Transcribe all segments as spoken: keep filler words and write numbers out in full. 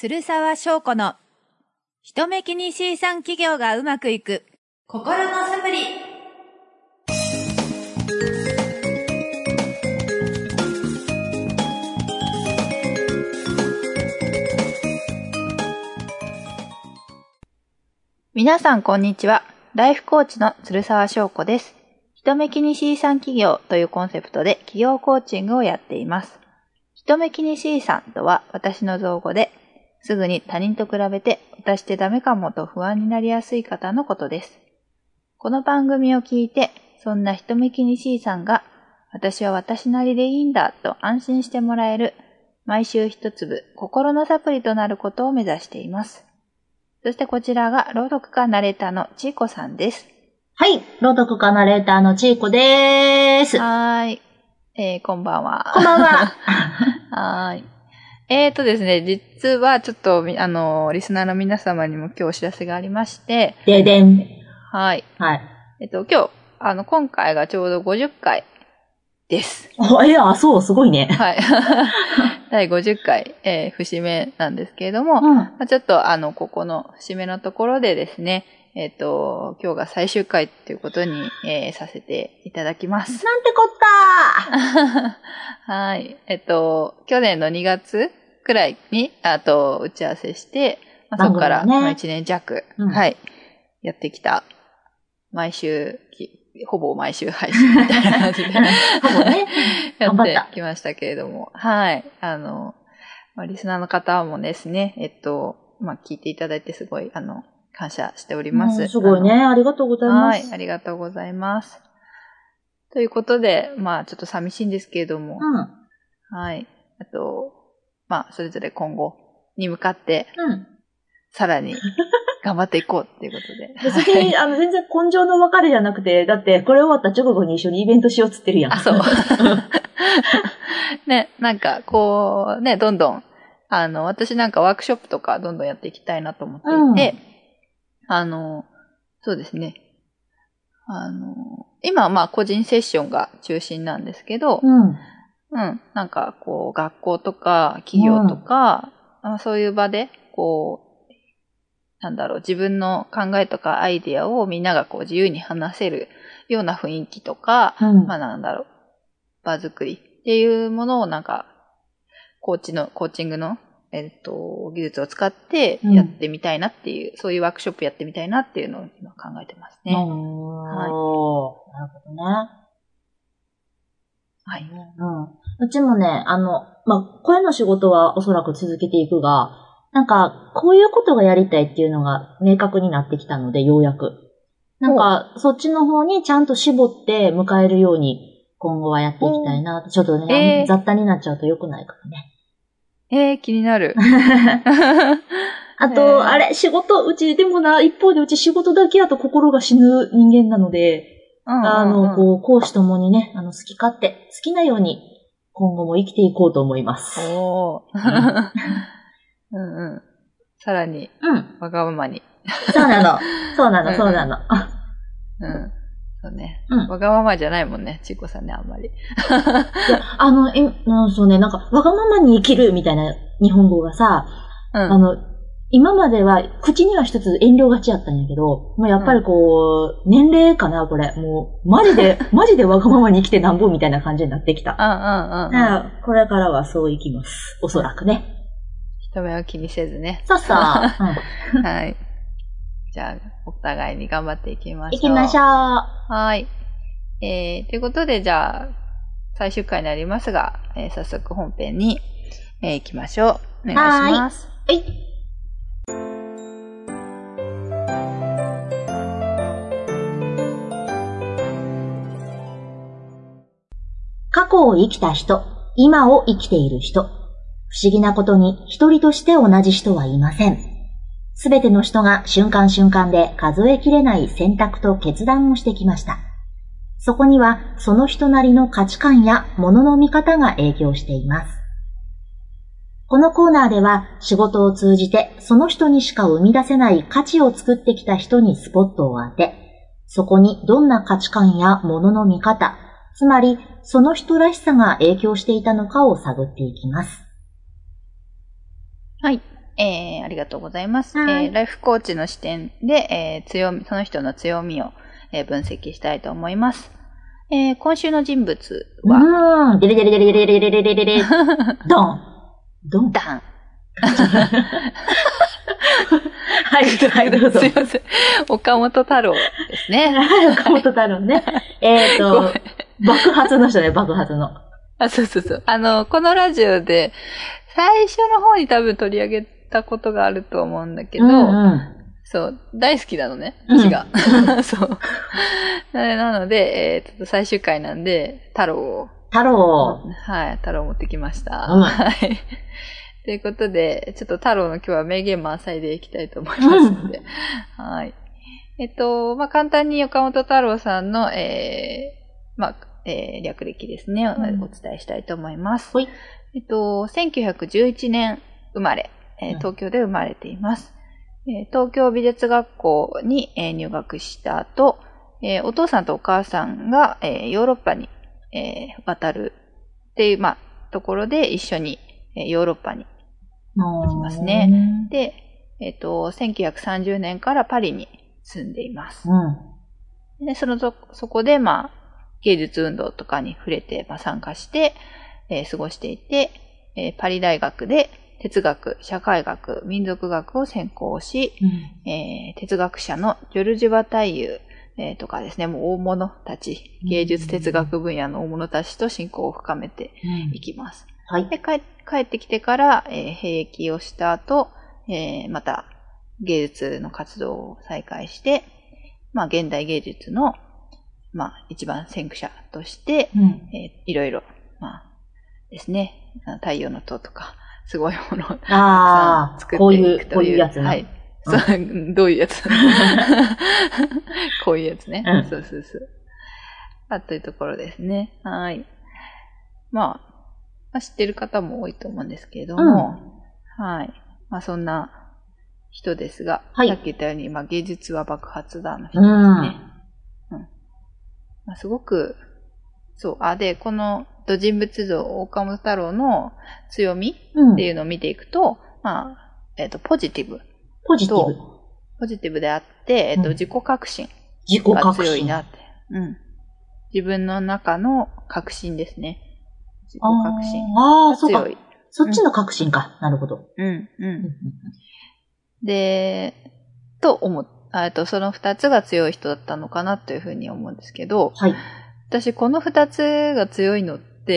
鶴沢翔子の人目気に シーさん 企業がうまくいく心のサプリ。皆さんこんにちは。ライフコーチの鶴沢翔子です。人目気に シーさん 企業というコンセプトで企業コーチングをやっています。人目気に シーさん とは私の造語で、すぐに他人と比べて私ってダメかもと不安になりやすい方のことです。この番組を聞いて、そんな人目気に シーさん が私は私なりでいいんだと安心してもらえる毎週一粒心のサプリとなることを目指しています。そしてこちらが朗読家ナレーターのちいこさんです。 はい、朗読家ナレーターのちいこでーす。 はーい、えー、こんばんは。 こんばんは。 はーい。えーとですね、実はちょっと、あの、リスナーの皆様にも今日お知らせがありまして。 ででん。 はい。 はい。 えっと、今日、あの、今回がちょうどごじゅっかいです。 お、えー、あ、そう、すごいね。 はい。だいごじゅっかい、えー、節目なんですけれども、 うんまあ、ちょっと、あの、ここの節目のところでですね、えっと、今日が最終回ということに、えー、させていただきます。 なんてこったーはい。えっと、去年のにがつくらいに、あと、打ち合わせして、まあ、そこから、ね、まあ、いちねん弱、うん、はい、やってきた、毎週、ほぼ毎週配信みたいな感じで、 ほぼね、 やってきましたけれども、はい。あの、まあ、リスナーの方もですね、えっと、まあ、聞いていただいてすごい、あの、感謝しております。 すごいね。ありがとうございます。 はい。ありがとうございます。ということで、まあ、ちょっと寂しいんですけれども、 うん、 はい。あと、まあ、それぞれ今後に向かって、 うん、 さらに頑張っていこうっていうことで。 別に、あの、全然根性の別れじゃなくて、だって、これ終わった直後に一緒にイベントしようっつってるやん。 あ、そう。ね、なんか、こう、ね、どんどん、あの、私なんかワークショップとかどんどんやっていきたいなと思っていて、うん、あの、そうですね。あの、今はまあ個人セッションが中心なんですけど、 うん、 うん、なんかこう学校とか企業とか、うん、そういう場でこうなんだろう自分の考えとかアイデアをみんながこう自由に話せるような雰囲気とか、うん、まあなんだろう場作りっていうものをなんかコーチのコーチングのえっと技術を使ってやってみたいなっていう、うん、そういうワークショップやってみたいなっていうのを今考えてますね。 はい、なるほどね。 はい。 うん。うちもね、あの、まあ、声の仕事はおそらく続けていくが、なんか、こういうことがやりたいっていうのが明確になってきたので、ようやく。なんか、そっちの方にちゃんと絞って迎えるように、今後はやっていきたいな。ちょっとね、えー、雑多になっちゃうと良くないからね。 えー、気になる。 あと、えー、あれ、仕事、うち、でもな、一方でうち仕事だけやと心が死ぬ人間なので、うんうんうん、あの、こう、講師ともにね、あの、好き勝手、好きなように、今後も生きていこうと思います。 おー。うんうん。さらに、うん。わがままに。 そうなの。そうなの、そうなの。 うん。そうね。うん。わがままじゃないもんね、ちいこさんね、あんまり。いや、あの、え、そうね、なんか、わがままに生きるみたいな日本語がさ、うん、あの、今までは、口には一つ遠慮がちやったんやけど、もうやっぱりこう、うん、年齢かな、これ。もう、マジで、マジでわがままに生きてなんぼみたいな感じになってきた。 うんうんうん、うん。 これからはそう生きます。おそらくね。 人目を気にせずね。 そうそう。 うん、はい。じゃあ、お互いに頑張っていきましょう。 行きましょう。 はい。えー、ということで、じゃあ、最終回になりますが、えー、早速本編に、えー、行きましょう。お願いします。 はい。はい。過去を生きた人、今を生きている人。不思議なことに一人として同じ人はいません。すべての人が瞬間瞬間で数えきれない選択と決断をしてきました。そこにはその人なりの価値観や物の見方が影響しています。このコーナーでは仕事を通じてその人にしか生み出せない価値を作ってきた人にスポットを当て、そこにどんな価値観や物の見方、つまりその人らしさが影響していたのかを探っていきます。 はい。 えー、ありがとうございます。 はい、 えー、ライフコーチの視点で、えー、強み、その人の強みを、えー、分析したいと思います。えー、今週の人物は、 うーん、デレデレデレデレデレデレデレ、ドン。ドン。 ダン。 はい、はい、どうぞ。 すいません。岡本太郎ですね。 はい、岡本太郎ね。えっと、爆発の人ね、爆発の。 あ、そうそうそう。あの、このラジオで、最初の方に多分取り上げたことがあると思うんだけど、 うんうん、 そう、大好きなのね、私が。うん、そう。なので、えー、ちょっと最終回なんで、太郎を。 太郎。 はい、太郎を持ってきました。 うん、 はい。ということで、ちょっと太郎の今日は名言満載でいきたいと思いますので。うん、はい。えっと、まあ、簡単に岡本太郎さんの、えー、まあ、えー、略歴ですね、うん、お伝えしたいと思います。 はい。 えっと、せんきゅうひゃくじゅういちねん生まれ、えー、東京で生まれています。うん、えー、東京美術学校に、えー、入学した後、えー、お父さんとお母さんが、えー、ヨーロッパに、えー、渡るっていう、まあ、ところで一緒に、えー、ヨーロッパに行きますね。で、えっと、せんきゅうひゃくさんじゅうねんからパリに住んでいます。うん、で、そのと、そこで、まあ、芸術運動とかに触れて、まあ、参加して、えー、過ごしていて、えー、パリ大学で哲学、社会学、民族学を専攻し、うん、えー、哲学者のジョルジュ・バタイユ、えー、とかですね、もう大物たち、芸術哲学分野の大物たちと親交を深めていきます。うん、はい。で、帰、帰ってきてから、えー、兵役をした後、えー、また芸術の活動を再開して、まあ、現代芸術の、まあ、一番先駆者として、うん、えー、いろいろ、まあ、ですね、太陽の塔とか、すごいものをたくさん作っていくという。 こういう、こういうやつね。 はい。うん、そう、どういうやつこういうやつね。うん、そうそうそう。あ、というところですね。はい。まあ、まあ、知ってる方も多いと思うんですけれども、うん、はい。まあ、そんな人ですが、はい、さっき言ったように、まあ、芸術は爆発だの人ですね。うん。うん、まあ、すごく、そう。あ、で、この人物像、岡本太郎の強みっていうのを見ていくと、うん、まあ、えっと、ポジティブ。 ポジティブ。 ポジティブであって、えっと、自己革新が強いなって。うん。自分の中の革新ですね。自己革新。 ああ、そうか。そっちの革新か。うん、なるほど。 うん、うん。で、と思う。えっと、その二つが強い人だったのかなというふうに思うんですけど、はい。私、この二つが強いのって、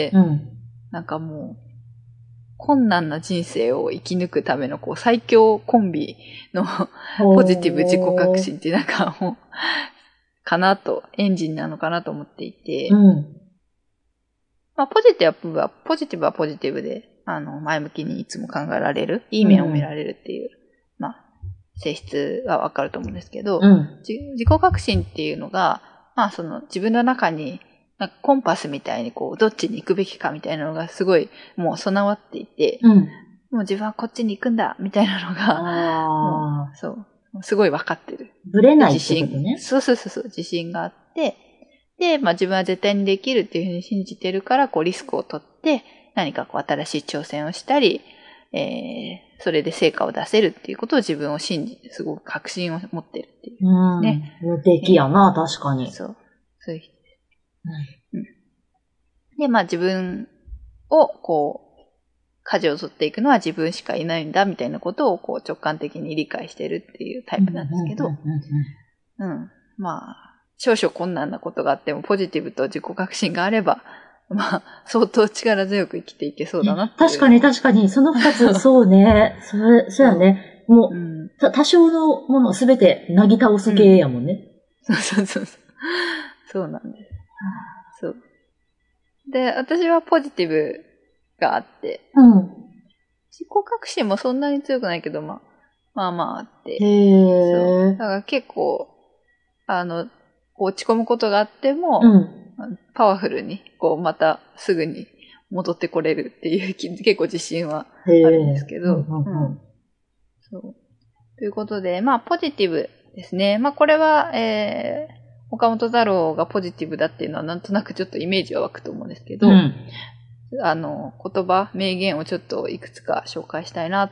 うん、なんかもう、困難な人生を生き抜くためのこう最強コンビのポジティブ自己革新ってなんかもう、かなと、エンジンなのかなと思っていて、うん、まあ、ポジティブは、ポジティブはポジティブで、あの、前向きにいつも考えられる、いい面を見られるっていう、うん、まあ、性質はわかると思うんですけど、うん、自己革新っていうのが、まあその自分の中になんかコンパスみたいにこうどっちに行くべきかみたいなのがすごいもう備わっていて、うん、もう自分はこっちに行くんだみたいなのが、もうそう、すごい分かってる。 ぶれないってことね。 そうそうそうそう、自信があって、で、まあ自分は絶対にできるっていうふうに信じてるから、こうリスクを取って何かこう新しい挑戦をしたり、えー、それで成果を出せるっていうことを自分を信じて、すごく確信を持ってるっていう、ね。 うん。無敵やな、えー、確かに。 そう。そういう人です。うん。うん。で、まあ自分を、こう、舵を取っていくのは自分しかいないんだ、みたいなことを、こう、直感的に理解してるっていうタイプなんですけど、うん。まあ、少々困難なことがあっても、ポジティブと自己革新があれば、まあ、相当力強く生きていけそうだなっていう。 確かに確かに、その二つ、そうね。それ、そうやね。もう、うん、多少のものすべてなぎ倒す系やもんね。 うん、そうそうそう。そうなんです。そう。で、私はポジティブがあって、うん、自己革新もそんなに強くないけど、まあ、まあまああって。へそう。だから結構、あの、落ち込むことがあっても、うんパワフルに、こう、またすぐに戻ってこれるっていう、結構自信はあるんですけど。うんうんうん、そう。ということで、まあ、ポジティブですね。まあ、これは、えー、岡本太郎がポジティブだっていうのは、なんとなくちょっとイメージは湧くと思うんですけど、うん、あの、言葉、名言をちょっといくつか紹介したいなと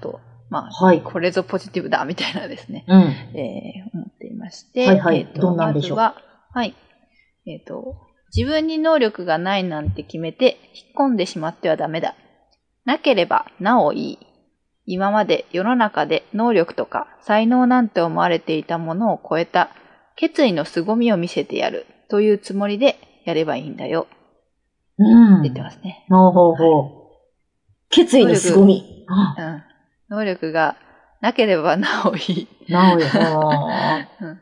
まあ、 はい。 これぞポジティブだみたいなですね、 うん。 えー、思っていまして、 はいはいえーと、 どんなんでしょう。 まずは、はい。えっと、自分に能力がないなんて決めて引っ込んでしまってはダメだ。なければなおいい。今まで世の中で能力とか才能なんて思われていたものを超えた決意の凄みを見せてやるというつもりでやればいいんだよ。 うん。 出てますね。 ほうほうほう。はい、決意の凄み。 うん。能力がなければなおいい。 なおいい。うん。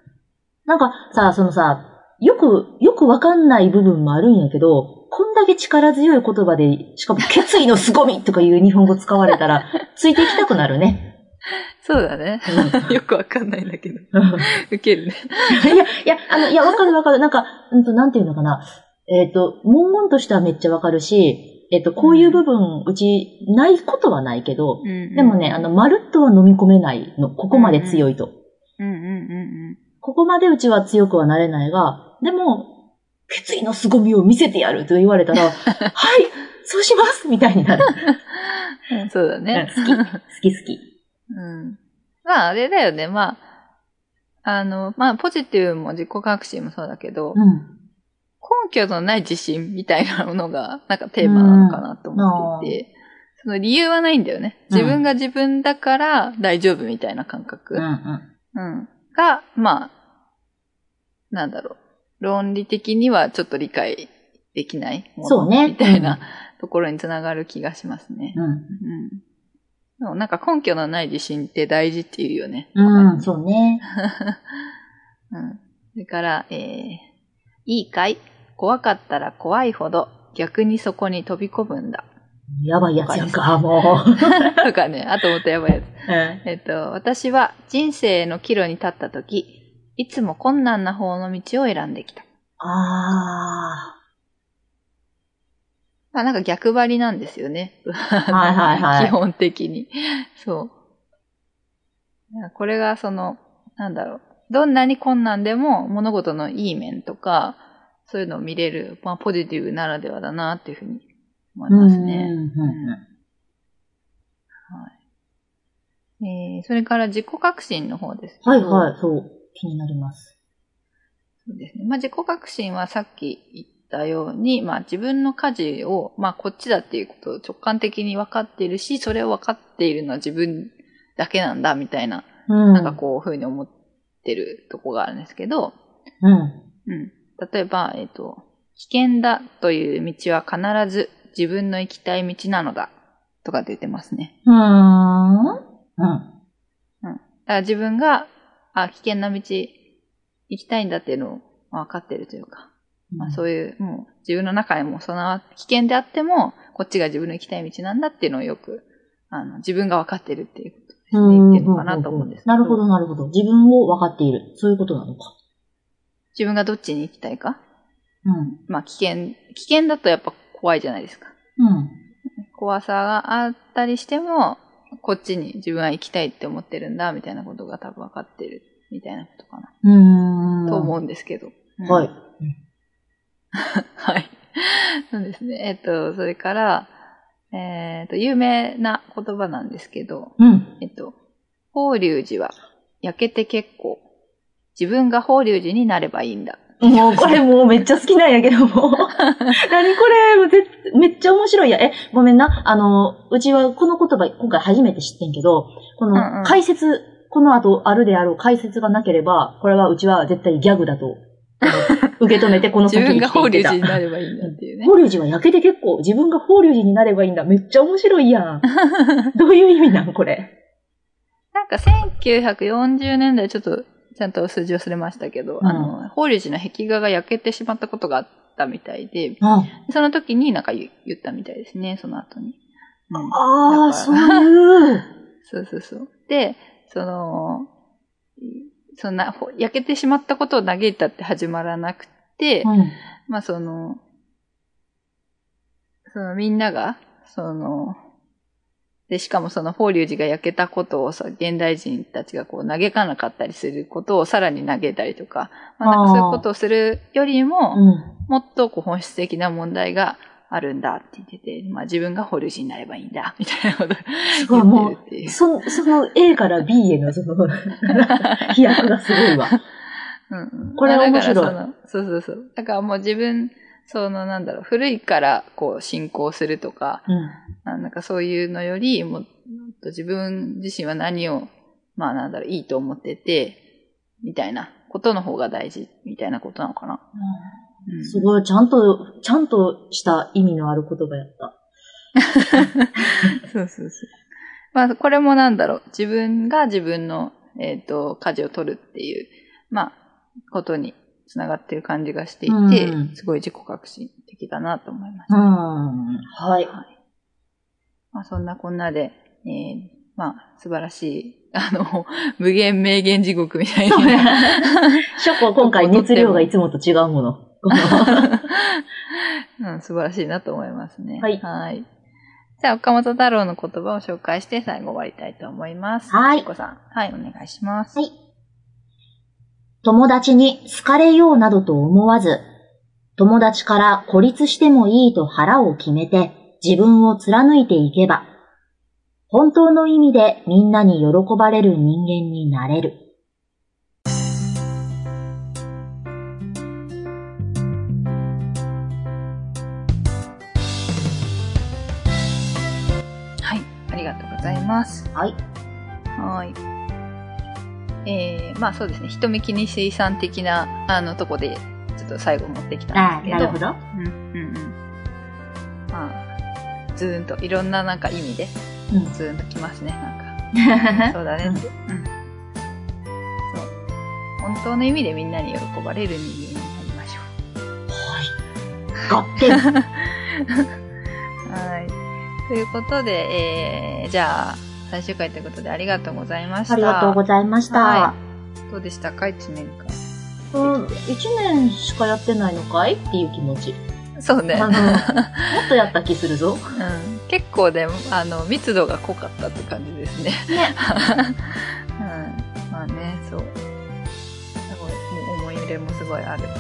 なんかさ、そのさ、よく、よくわかんない部分もあるんやけど、こんだけ力強い言葉で、しかも決意の凄みとかいう日本語使われたら、ついていきたくなるね。 そうだね。うん、よくわかんないんだけど。ウケるね。 いや、いや、あの、いや、わかるわかる。なんか、うんと、なんていうのかな。えっと、文言としてはめっちゃわかるし、えっと、こういう部分、うち、ないことはないけど、うん、でもね、あの、まるっとは飲み込めないの。ここまで強いと。 うんうんうんうん。 ここまでうちは強くはなれないが、でも、決意の凄みを見せてやると言われたら、はい、そうしますみたいになる。 そうだね。 好き、好き好き。 うん。まあ、あれだよね。まあ、あの、まあ、ポジティブも自己革新もそうだけど、うん、根拠のない自信みたいなものが、なんかテーマなのかなと思っていて、うん、その理由はないんだよね。自分が自分だから大丈夫みたいな感覚。うん、うんうん、が、まあ、なんだろう。論理的にはちょっと理解できないものそうね。 みたいなところにつながる気がしますね。うん。うん、なんか根拠のない自信って大事っていうよね。 うん、そうね。 うん。それから、えー、いいかい？怖かったら怖いほど逆にそこに飛び込むんだ。 やばいやつやんか、もう。とかね、あともっとやばいやつ。 うん、 えっと、私は人生の岐路に立ったとき、いつも困難な方の道を選んできた。 ああ。 まあなんか逆張りなんですよね。 はいはいはい。 基本的に。そう。これがその、なんだろう。どんなに困難でも物事のいい面とか、そういうのを見れる、まあポジティブならではだなっていうふうに思いますね。うんうんはい。えー、それから自己革新の方ですけど。 はいはい、そう。気になります。 そうですね。まあ自己革新はさっき言ったように、まあ自分の価値を、まあこっちだっていうことを直感的に分かっているし、それを分かっているのは自分だけなんだみたいな、うん、なんかこうふうに思ってるとこがあるんですけど、 うん。 うん。例えば、えっと、危険だという道は必ず自分の行きたい道なのだとかって言ってますね。 うーん。うん。うん。 だから自分が、あ、危険な道行きたいんだっていうのを分かってるというか、まあ、そういう、もう自分の中でもその危険であっても、こっちが自分の行きたい道なんだっていうのをよく、あの、自分が分かってるっていうことですね、言ってるのかなと思うんですけど。 なるほど、なるほど。自分を分かっている。そういうことなのか。 自分がどっちに行きたいか。 うん。 まあ、危険、危険だとやっぱ怖いじゃないですか。 うん。 怖さがあったりしても、こっちに自分は行きたいって思ってるんだ、みたいなことが多分分かってる、みたいなことかな。 うーん。 と思うんですけど。 うん、はい。 はい。そうですね。えっと、それから、えっと、有名な言葉なんですけど、 うん。 えっと、法隆寺は焼けて結構、自分が法隆寺になればいいんだ。 もうこれもうめっちゃ好きなんやけども。何これめっちゃ面白いや。え、ごめんな。あの、うちはこの言葉今回初めて知ってんけど、この解説、うんうん、この後あるであろう解説がなければ、これはうちは絶対ギャグだと受け止めてこの先に自分が法隆寺になればいいんだっていうね。 法隆寺は焼けて結構、自分が法隆寺になればいいんだ。めっちゃ面白いやん。どういう意味なんこれ。 なんかせんきゅうひゃくよんじゅうねんだいちょっと、ちゃんと数字忘れましたけど、うん、あの、法隆寺の壁画が焼けてしまったことがあったみたいで、うん、その時になんか言ったみたいですね、その後に。 うん、ああ、そういう。 そうそうそう。で、その、そんな、焼けてしまったことを嘆いたって始まらなくて、うん、まあその、そのみんなが、その、で、しかもその法隆寺が焼けたことをさ、現代人たちがこう嘆かなかったりすることをさらに嘆いたりとか、まあなんかそういうことをするよりも、うん、もっとこう本質的な問題があるんだって言ってて、まあ自分が保留士になればいいんだ、みたいなことすごい、も言ってるっていうう、そ、その A から B へのその、飛躍がすごいわ。 うん、 これは面白い。 だからその、そうそうそう。だからもう自分、そのなんだろう、古いからこう進行するとか、うん、なんかそういうのより、もっと自分自身は何を、まあなんだろう、いいと思ってて、みたいなことの方が大事、みたいなことなのかな。 うんうん、すごい、ちゃんと、ちゃんとした意味のある言葉やった。 そうそうそう。まあこれもなんだろう、自分が自分の、えっと、舵を取るっていう、まあ、ことにつながってる感じがしていて、うん、すごい自己革新的だなと思いました、ね。 うん、はい。はい。 まあそんなこんなで、えー、まあ素晴らしい、あの、無限名言地獄みたいな。 ショコ今回熱量がいつもと違うもの。 うん、素晴らしいなと思いますね。 はい。 はい。じゃあ、岡本太郎の言葉を紹介して最後終わりたいと思います。 はい。 ショコさん。はい、お願いします。 はい。友達に好かれようなどと思わず、友達から孤立してもいいと腹を決めて自分を貫いていけば、本当の意味でみんなに喜ばれる人間になれる。 はい、ありがとうございます。 はい。 はい。えー、まあそうですね、人見気にしいさん的な、あの、とこで、ちょっと最後持ってきたんですけど。 あ、なるほど。 うん、うん、うん。まあ、ずーんと、いろんななんか意味で、うん、ずーんときますね、なんか。そうだねって、うん。そう。本当の意味でみんなに喜ばれる人間になりましょう。 はい。合点。 はい。ということで、えー、じゃあ、最終回ということでありがとうございました。 ありがとうございました。はい、どうでしたか、いちねんかん。 うん、いちねんしかやってないのかいっていう気持ち。 そうね。 あの、もっとやった気するぞ。 うん、結構でも、あの、密度が濃かったって感じですね。 ね。 うん、まあね、そう。すごい、もう思い入れもすごいある、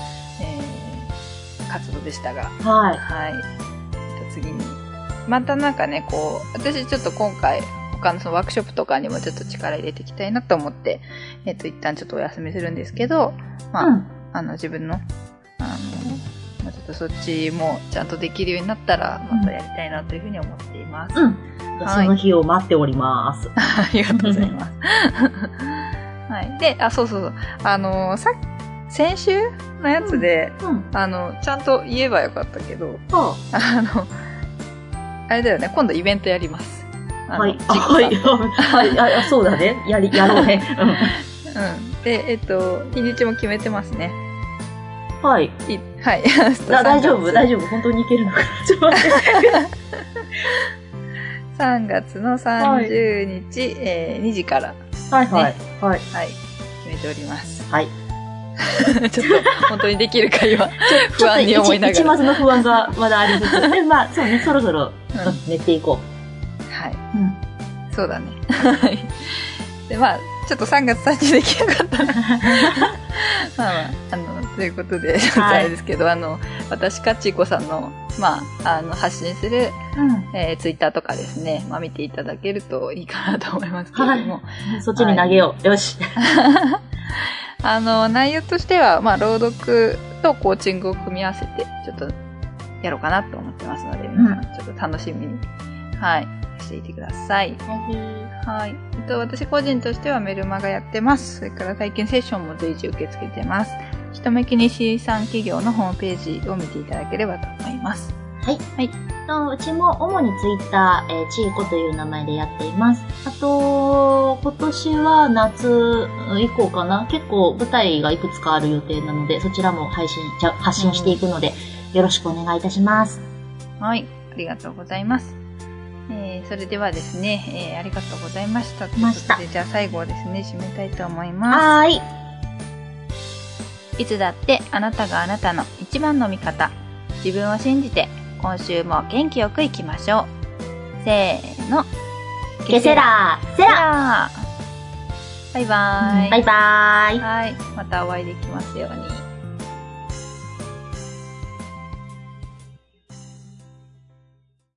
えー、活動でしたが。 はい。 はい。次に。またなんかね、こう、私ちょっと今回、他のそのワークショップとかにもちょっと力入れていきたいなと思って、えっと、一旦ちょっとお休みするんですけど、まあ、うん、あの、自分の、あの、ちょっとそっちもちゃんとできるようになったら、またやりたいなというふうに思っています。 うん。はい、その日を待っております。 ありがとうございます。はい。で、あ、そうそうそう。あの、さ先週のやつで、うんうん、あの、ちゃんと言えばよかったけど、うん、あの、あれだよね、今度イベントやります。 はい。はい。はい。あ、そうだね。やり、やろうね。うん。うん。 で、えっと、日にちも決めてますね。 はい。 いはい。 大丈夫大丈夫本当にいけるのかなちょっと待って。 さんがつのさんじゅうにち、はい、えー、にじから、ね。 はいはい。はい。 はい。決めております。 はい。 ちょっと、本当にできるか今、不安に思いながら。 一抹の不安がまだありつつ。で、まあ、そうね、そろそろ、うん、寝ていこう。はい。うん。そうだね。はい。で、まあ、ちょっとさんがつさんじゅうできなかったら。まあまあ、あの、ということで、ちょっとあれですけど、はい、あの、私かちいこさんの、まあ、あの、発信する、うんえー、ツイッターとかですね、まあ見ていただけるといいかなと思いますけれども。はい、 そっちに投げよう。はい、よし。 あの、内容としては、まあ、朗読とコーチングを組み合わせて、ちょっと、やろうかなと思ってますので、皆さん、ちょっと楽しみに、はい、していてください。はい。えっと、私個人としてはメルマガやってます。それから体験セッションも随時受け付けてます。ひとめきにシーさん企業のホームページを見ていただければと思います。 はい。はい。うちも主にツイッター、えー、ちいこという名前でやっています。あと、今年は夏以降かな。結構舞台がいくつかある予定なので、そちらも配信、じゃ発信していくので、うん、よろしくお願いいたします。 はい。ありがとうございます。えー、それではですね、えー、ありがとうございました。ということで、じゃあ最後をですね、締めたいと思います。 はーい。 いつだってあなたがあなたの一番の味方。自分を信じて、今週も元気よくいきましょう。せーの。 ケセラーセラーバイバーイ。 バイバーイ。 はい。またお会いできますように。